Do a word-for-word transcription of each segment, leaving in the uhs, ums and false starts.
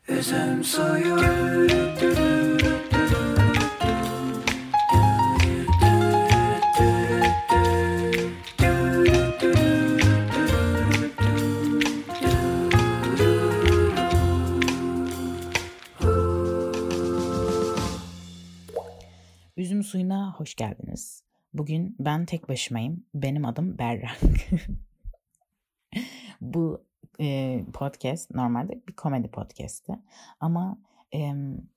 Üzüm suyu. Üzüm suyuna hoş geldiniz. Bugün ben tek başımayım. Benim adım Berrak. Bu e, podcast normalde bir komedi podcast'ti. Ama e,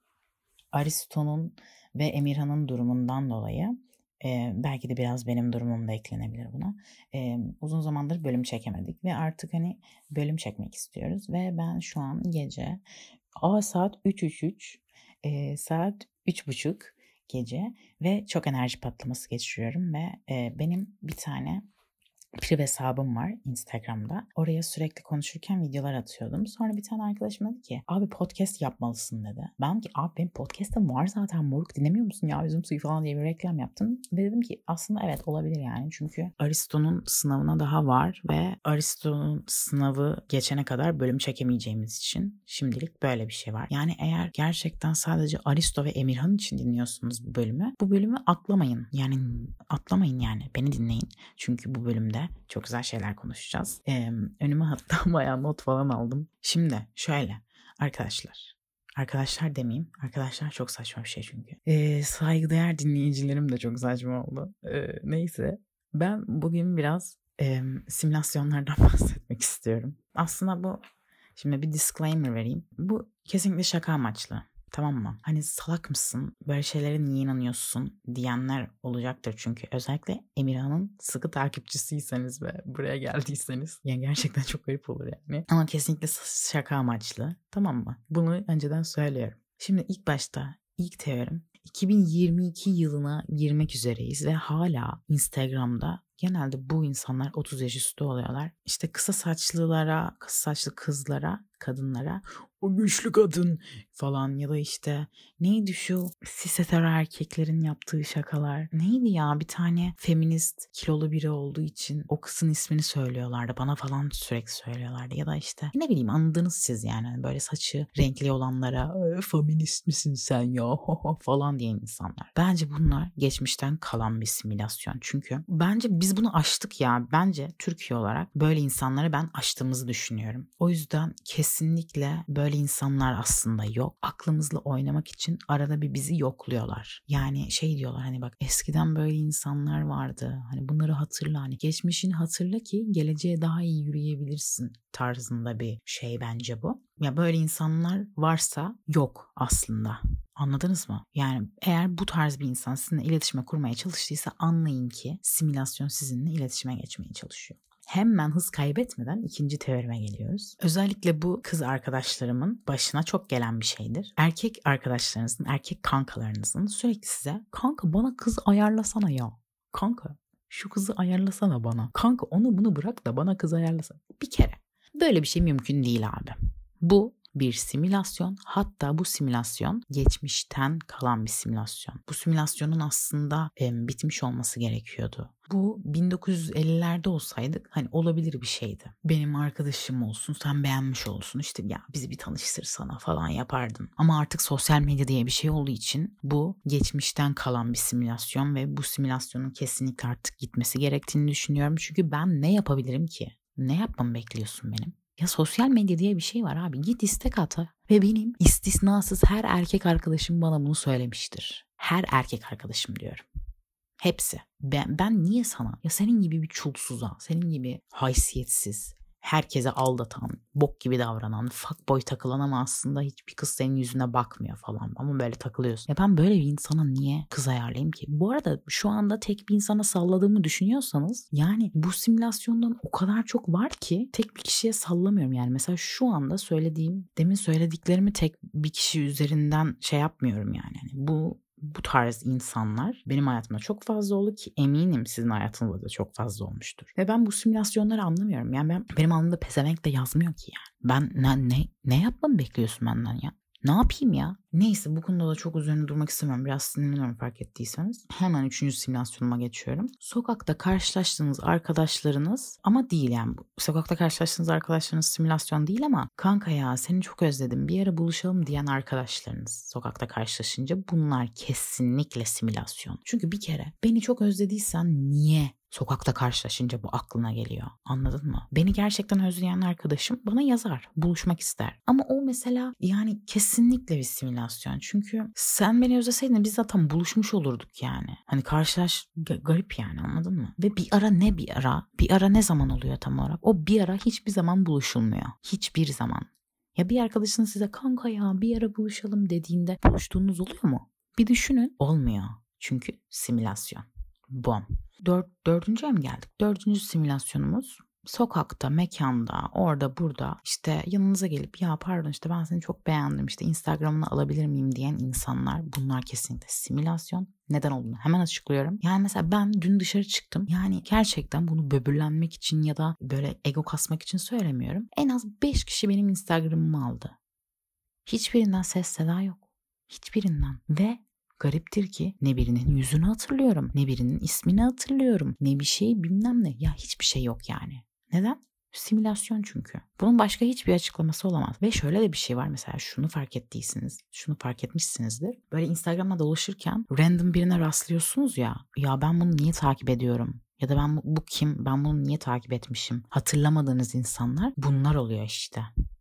Aristo'nun ve Emirhan'ın durumundan dolayı e, belki de biraz benim durumum da eklenebilir buna. E, uzun zamandır bölüm çekemedik ve artık hani bölüm çekmek istiyoruz. Ve ben şu an gece a saat üç üç üç e, saat üç buçuk gece ve çok enerji patlaması geçiriyorum ve e, benim bir tane priv hesabım var Instagram'da. Oraya sürekli konuşurken videolar atıyordum. Sonra bir tane arkadaşım dedi ki abi podcast yapmalısın dedi. Ben ki abi benim podcast'ım var zaten moruk, dinlemiyor musun ya üzüm suyu falan diye bir reklam yaptım. Ve dedim ki aslında evet olabilir yani. Çünkü Aristo'nun sınavına daha var ve Aristo'nun sınavı geçene kadar bölüm çekemeyeceğimiz için şimdilik böyle bir şey var. Yani eğer gerçekten sadece Aristo ve Emirhan için dinliyorsunuz bu bölümü, bu bölümü atlamayın. Yani atlamayın yani beni dinleyin. Çünkü bu bölümde çok güzel şeyler konuşacağız. Ee, önüme hatta bayağı not falan aldım. Şimdi şöyle arkadaşlar. Arkadaşlar demeyeyim. Arkadaşlar çok saçma bir şey çünkü. Ee, saygıdeğer dinleyicilerim de çok saçma oldu. Ee, neyse. Ben bugün biraz e, simülasyonlardan bahsetmek istiyorum. Aslında bu, şimdi bir disclaimer vereyim. Bu kesinlikle şaka amaçlı. Tamam mı? Hani salak mısın? Böyle şeylere niye inanıyorsun diyenler olacaktır çünkü. Özellikle Emirhan'ın sıkı takipçisiyseniz ve buraya geldiyseniz. Yani gerçekten çok garip olur yani. Ama kesinlikle şaka amaçlı. Tamam mı? Bunu önceden söylüyorum. Şimdi ilk başta ilk teorim. iki bin yirmi iki yılına girmek üzereyiz ve hala Instagram'da genelde bu insanlar otuz yaş üstü oluyorlar. İşte kısa saçlılara, kısa saçlı kızlara, kadınlara o güçlü kadın falan ya da işte neydi şu cis hetero erkeklerin yaptığı şakalar. Neydi ya, bir tane feminist kilolu biri olduğu için o kızın ismini söylüyorlardı. Bana falan sürekli söylüyorlardı. Ya da işte ne bileyim anladınız siz yani böyle saçı renkli olanlara feminist misin sen ya falan diyen insanlar. Bence bunlar geçmişten kalan bir simülasyon. Çünkü bence biz bunu aştık ya. Bence Türkiye olarak böyle insanları ben aştığımızı düşünüyorum. O yüzden kesinlikle böyle insanlar aslında yok. Aklımızla oynamak için arada bir bizi yokluyorlar. Yani şey diyorlar hani bak eskiden böyle insanlar vardı. Hani bunları hatırla, hani geçmişini hatırla ki geleceğe daha iyi yürüyebilirsin tarzında bir şey bence bu. Ya böyle insanlar varsa yok aslında. Anladınız mı? Yani eğer bu tarz bir insan sizinle iletişime kurmaya çalıştıysa anlayın ki simülasyon sizinle iletişime geçmeye çalışıyor. Hemen hız kaybetmeden ikinci teorime geliyoruz. Özellikle bu kız arkadaşlarımın başına çok gelen bir şeydir. Erkek arkadaşlarınızın, erkek kankalarınızın sürekli size kanka bana kız ayarlasana ya. Kanka şu kızı ayarlasana bana. Kanka onu bunu bırak da bana kız ayarlasana. Bir kere böyle bir şey mümkün değil abi. Bu bir simülasyon, hatta bu simülasyon geçmişten kalan bir simülasyon. Bu simülasyonun aslında e, bitmiş olması gerekiyordu. Bu bin dokuz yüz ellilerde olsaydık hani olabilir bir şeydi. Benim arkadaşım olsun, sen beğenmiş olsun, işte ya bizi bir tanıştırsana falan yapardın. Ama artık sosyal medya diye bir şey olduğu için bu geçmişten kalan bir simülasyon ve bu simülasyonun kesinlikle artık gitmesi gerektiğini düşünüyorum. Çünkü ben ne yapabilirim ki? Ne yapmamı bekliyorsun benim? Ya sosyal medya diye bir şey var abi. Git istek at ve benim istisnasız her erkek arkadaşım bana bunu söylemiştir. Her erkek arkadaşım diyorum. Hepsi. Ben, ben niye sana? Ya senin gibi bir çulsuza, senin gibi haysiyetsiz, herkese aldatan, bok gibi davranan, fuckboy takılan ama aslında hiçbir kız senin yüzüne bakmıyor falan. Ama böyle takılıyorsun. Ya ben böyle bir insana niye kız ayarlayayım ki? Bu arada şu anda tek bir insana salladığımı düşünüyorsanız yani bu simülasyondan o kadar çok var ki tek bir kişiye sallamıyorum. Yani mesela şu anda söylediğim, demin söylediklerimi tek bir kişi üzerinden şey yapmıyorum yani. yani bu Bu tarz insanlar benim hayatımda çok fazla oldu ki eminim sizin hayatınızda da çok fazla olmuştur. Ve ben bu simülasyonları anlamıyorum. Yani ben, benim alnımda pezevenk de yazmıyor ki yani. Ben ne, ne, ne yapmamı bekliyorsun benden ya? Ne yapayım ya? Neyse, bu konuda da çok üzerine durmak istemiyorum. Biraz sinirleniyorum fark ettiyseniz. Hemen üçüncü simülasyonuma geçiyorum. Sokakta karşılaştığınız arkadaşlarınız ama değil yani. Sokakta karşılaştığınız arkadaşlarınız simülasyon değil ama kanka ya seni çok özledim bir ara buluşalım diyen arkadaşlarınız sokakta karşılaşınca bunlar kesinlikle simülasyon. Çünkü bir kere beni çok özlediysen niye sokakta karşılaşınca bu aklına geliyor? Anladın mı? Beni gerçekten özleyen arkadaşım bana yazar, buluşmak ister. Ama o mesela yani kesinlikle bir simülasyon. Çünkü sen beni özleseydin biz zaten buluşmuş olurduk yani. Hani karşılaş g- garip yani, anladın mı? Ve bir ara ne bir ara? Bir ara ne zaman oluyor tam olarak? O bir ara hiçbir zaman buluşulmuyor. Hiçbir zaman. Ya bir arkadaşınız size kanka ya bir ara buluşalım dediğinde buluştuğunuz oluyor mu? Bir düşünün. Olmuyor. Çünkü simülasyon. Bom. Dört, dördüncüye mi geldik? Dördüncü simülasyonumuz sokakta, mekanda, orada burada işte yanınıza gelip ya pardon işte ben seni çok beğendim işte Instagram'ını alabilir miyim diyen insanlar, bunlar kesinlikle simülasyon. Neden olduğunu hemen açıklıyorum. Yani mesela ben dün dışarı çıktım. Yani gerçekten bunu böbürlenmek için ya da böyle ego kasmak için söylemiyorum. En az beş kişi benim Instagram'ımı aldı. Hiçbirinden ses seda yok. Hiçbirinden. Ve gariptir ki ne birinin yüzünü hatırlıyorum, ne birinin ismini hatırlıyorum, ne bir şey bilmem ne. Ya hiçbir şey yok yani. Neden? Simülasyon çünkü. Bunun başka hiçbir açıklaması olamaz. Ve şöyle de bir şey var, mesela şunu fark ettiyseniz, şunu fark etmişsinizdir. Böyle Instagram'da dolaşırken random birine rastlıyorsunuz ya. Ya ben bunu niye takip ediyorum? Ya da ben bu, bu kim? Ben bunu niye takip etmişim? Hatırlamadığınız insanlar bunlar oluyor işte.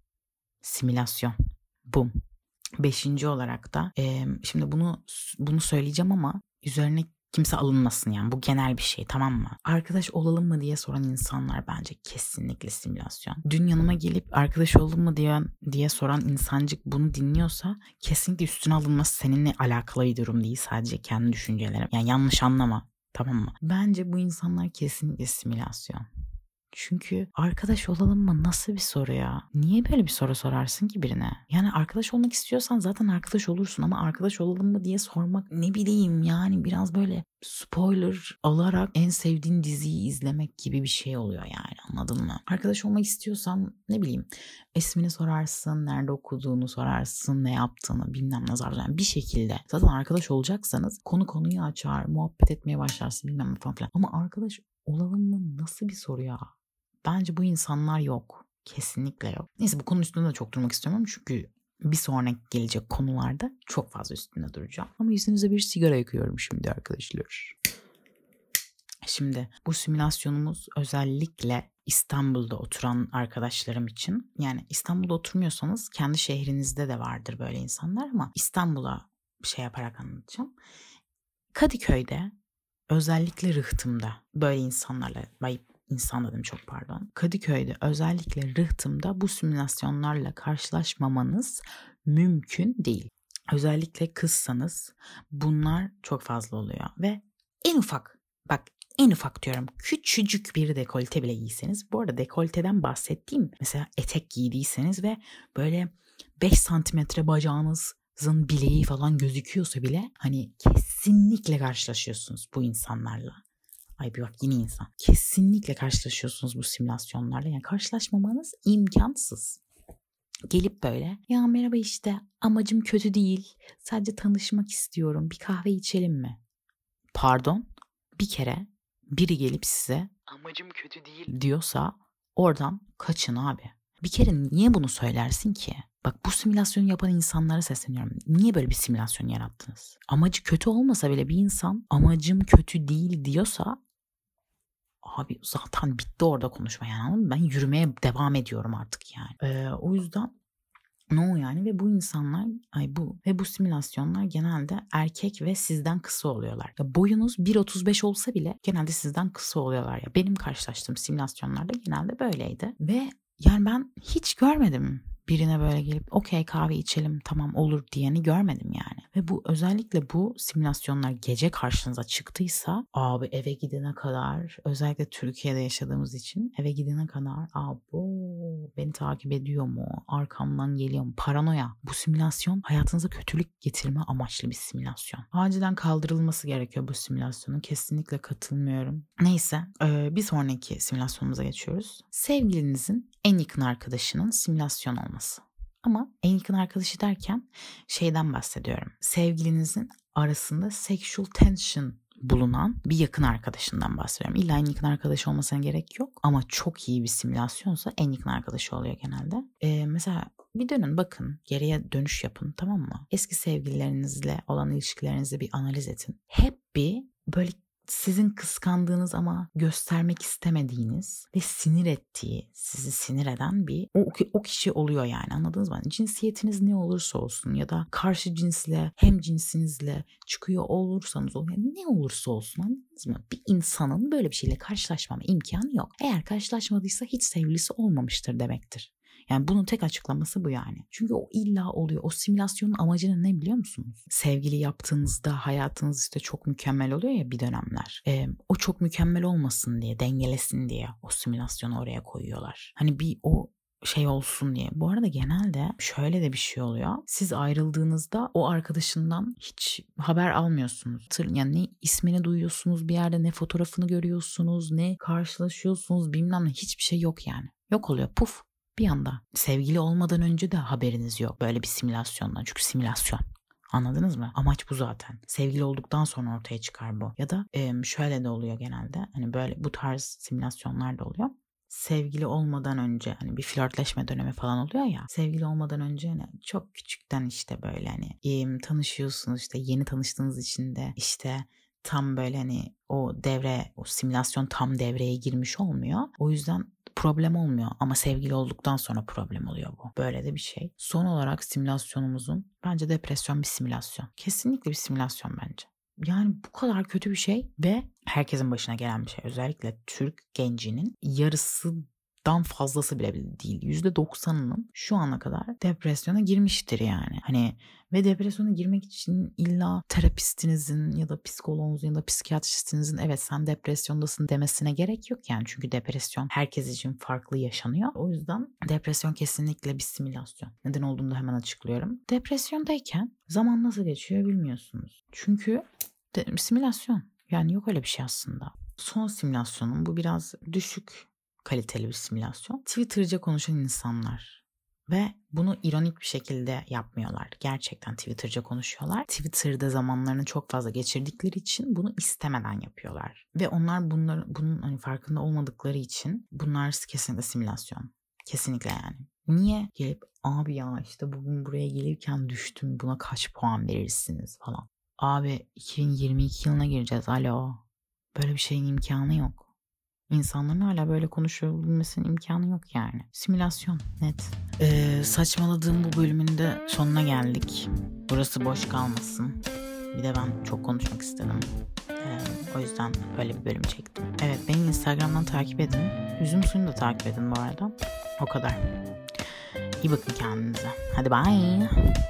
Simülasyon. Bum. Beşinci olarak da e, şimdi bunu bunu söyleyeceğim ama üzerine kimse alınmasın yani, bu genel bir şey, tamam mı? Arkadaş olalım mı diye soran insanlar bence kesinlikle simülasyon. Dün yanıma gelip arkadaş olalım mı diye, diye soran insancık bunu dinliyorsa kesinlikle üstüne alınması seninle alakalı bir durum değil, sadece kendi düşüncelerim. Yani yanlış anlama, tamam mı? Bence bu insanlar kesinlikle simülasyon. Çünkü arkadaş olalım mı nasıl bir soru ya? Niye böyle bir soru sorarsın ki birine? Yani arkadaş olmak istiyorsan zaten arkadaş olursun ama arkadaş olalım mı diye sormak, ne bileyim yani, biraz böyle spoiler alarak en sevdiğin diziyi izlemek gibi bir şey oluyor yani, anladın mı? Arkadaş olmak istiyorsan ne bileyim ismini sorarsın, nerede okuduğunu sorarsın, ne yaptığını bilmem ne zaten yani bir şekilde. Zaten arkadaş olacaksanız konu konuyu açar, muhabbet etmeye başlarsın bilmem ne falan filan. Ama arkadaş olalım mı nasıl bir soru ya? Bence bu insanlar yok. Kesinlikle yok. Neyse, bu konu üstünde de çok durmak istemiyorum çünkü bir sonraki gelecek konularda çok fazla üstünde duracağım. Ama yüzünüze bir sigara yakıyorum şimdi arkadaşlar. Şimdi bu simülasyonumuz özellikle İstanbul'da oturan arkadaşlarım için. Yani İstanbul'da oturmuyorsanız kendi şehrinizde de vardır böyle insanlar ama İstanbul'a şey yaparak anlatacağım. Kadıköy'de, özellikle Rıhtım'da böyle insanlarla, bay insan dedim çok pardon. Kadıköy'de özellikle Rıhtım'da bu simülasyonlarla karşılaşmamanız mümkün değil. Özellikle kızsanız bunlar çok fazla oluyor ve en ufak, bak en ufak diyorum, küçücük bir dekolte bile giyseniz, bu arada dekolteden bahsettiğim mesela etek giydiyseniz ve böyle beş santimetre bacağınızın bileği falan gözüküyorsa bile hani kesinlikle karşılaşıyorsunuz bu insanlarla. Ay bir bak yine insan. Kesinlikle karşılaşıyorsunuz bu simülasyonlarla. Yani karşılaşmamanız imkansız. Gelip böyle ya merhaba işte amacım kötü değil. Sadece tanışmak istiyorum. Bir kahve içelim mi? Pardon. Bir kere biri gelip size amacım kötü değil diyorsa oradan kaçın abi. Bir kere niye bunu söylersin ki? Bak, bu simülasyonu yapan insanlara sesleniyorum. Niye böyle bir simülasyon yarattınız? Amacı kötü olmasa bile bir insan amacım kötü değil diyorsa abi zaten bitti orada konuşma yani. Ben yürümeye devam ediyorum artık yani. Ee, o yüzden ne o yani, ve bu insanlar ay bu ve bu simülasyonlar genelde erkek ve sizden kısa oluyorlar. Ya boyunuz bir otuz beş olsa bile genelde sizden kısa oluyorlar ya. Benim karşılaştığım simülasyonlarda genelde böyleydi ve yani ben hiç görmedim birine böyle gelip okey kahve içelim tamam olur diyeni görmedim yani. Ve bu özellikle bu simülasyonlar gece karşınıza çıktıysa abi eve gidene kadar, özellikle Türkiye'de yaşadığımız için eve gidene kadar abo beni takip ediyor mu, arkamdan geliyor mu, paranoya. Bu simülasyon hayatınıza kötülük getirme amaçlı bir simülasyon. Acilen kaldırılması gerekiyor bu simülasyonun. Kesinlikle katılmıyorum. Neyse bir sonraki simülasyonumuza geçiyoruz. Sevgilinizin en yakın arkadaşının simülasyon olması. Ama en yakın arkadaşı derken şeyden bahsediyorum. Sevgilinizin arasında sexual tension bulunan bir yakın arkadaşından bahsediyorum. İlla en yakın arkadaş olmasına gerek yok. Ama çok iyi bir simülasyonsa en yakın arkadaşı oluyor genelde. Ee, mesela bir dönün, bakın, geriye dönüş yapın, tamam mı? Eski sevgililerinizle olan ilişkilerinizi bir analiz edin. Hep bir böyle sizin kıskandığınız ama göstermek istemediğiniz ve sinir ettiği, sizi sinir eden bir o, o kişi oluyor yani, anladınız mı? Cinsiyetiniz ne olursa olsun ya da karşı cinsle, hem cinsinizle çıkıyor olursanız olun, yani ne olursa olsun, anladınız mı? Bir insanın böyle bir şeyle karşılaşmama imkanı yok. Eğer karşılaşmadıysa hiç sevgilisi olmamıştır demektir. Yani bunun tek açıklaması bu yani. Çünkü o illa oluyor. O simülasyonun amacı ne biliyor musunuz? Sevgili yaptığınızda hayatınız işte çok mükemmel oluyor ya bir dönemler. Ee, o çok mükemmel olmasın diye, dengelesin diye o simülasyonu oraya koyuyorlar. Hani bir o şey olsun diye. Bu arada genelde şöyle de bir şey oluyor. Siz ayrıldığınızda o arkadaşından hiç haber almıyorsunuz. Yani ne ismini duyuyorsunuz bir yerde, ne fotoğrafını görüyorsunuz, ne karşılaşıyorsunuz, bilmem ne, hiçbir şey yok yani. Yok oluyor, puf. Bir anda. Sevgili olmadan önce de haberiniz yok böyle bir simülasyondan. Çünkü simülasyon. Anladınız mı? Amaç bu zaten. Sevgili olduktan sonra ortaya çıkar bu. Ya da e, şöyle de oluyor genelde. Hani böyle bu tarz simülasyonlar da oluyor. Sevgili olmadan önce hani bir flörtleşme dönemi falan oluyor ya. Sevgili olmadan önce hani çok küçükten işte böyle hani e, tanışıyorsunuz, işte yeni tanıştığınız için de işte tam böyle hani o devre, o simülasyon tam devreye girmiş olmuyor. O yüzden problem olmuyor ama sevgili olduktan sonra problem oluyor bu. Böyle de bir şey. Son olarak simülasyonumuzun, bence depresyon bir simülasyon. Kesinlikle bir simülasyon bence. Yani bu kadar kötü bir şey ve herkesin başına gelen bir şey. Özellikle Türk gencinin yarısından fazlası bile değil. yüzde doksanının şu ana kadar depresyona girmiştir yani. Hani ve depresyona girmek için illa terapistinizin ya da psikoloğunuzun ya da psikiyatristinizin evet sen depresyondasın demesine gerek yok yani. Çünkü depresyon herkes için farklı yaşanıyor. O yüzden depresyon kesinlikle bir simülasyon. Neden olduğunu da hemen açıklıyorum. Depresyondayken zaman nasıl geçiyor bilmiyorsunuz. Çünkü de, simülasyon. Yani yok öyle bir şey aslında. Son simülasyonum, bu biraz düşük kaliteli bir simülasyon. Twitter'ca konuşan insanlar. Ve bunu ironik bir şekilde yapmıyorlar. Gerçekten Twitter'ca konuşuyorlar. Twitter'da zamanlarını çok fazla geçirdikleri için bunu istemeden yapıyorlar. Ve onlar bunlar, bunun hani farkında olmadıkları için bunlar kesinlikle simülasyon. Kesinlikle yani. Niye gelip abi ya işte bugün buraya gelirken düştüm, buna kaç puan verirsiniz falan. Abi iki bin yirmi iki yılına gireceğiz, alo. Böyle bir şeyin imkanı yok. İnsanların hala böyle konuşabilmesinin imkanı yok yani. Simülasyon, net. Ee, saçmaladığım bu bölümün de sonuna geldik. Burası boş kalmasın. Bir de ben çok konuşmak istedim. Ee, o yüzden böyle bir bölüm çektim. Evet, beni Instagram'dan takip edin. Üzüm suyunu da takip edin bu arada. O kadar. İyi bakın kendinize. Hadi bye.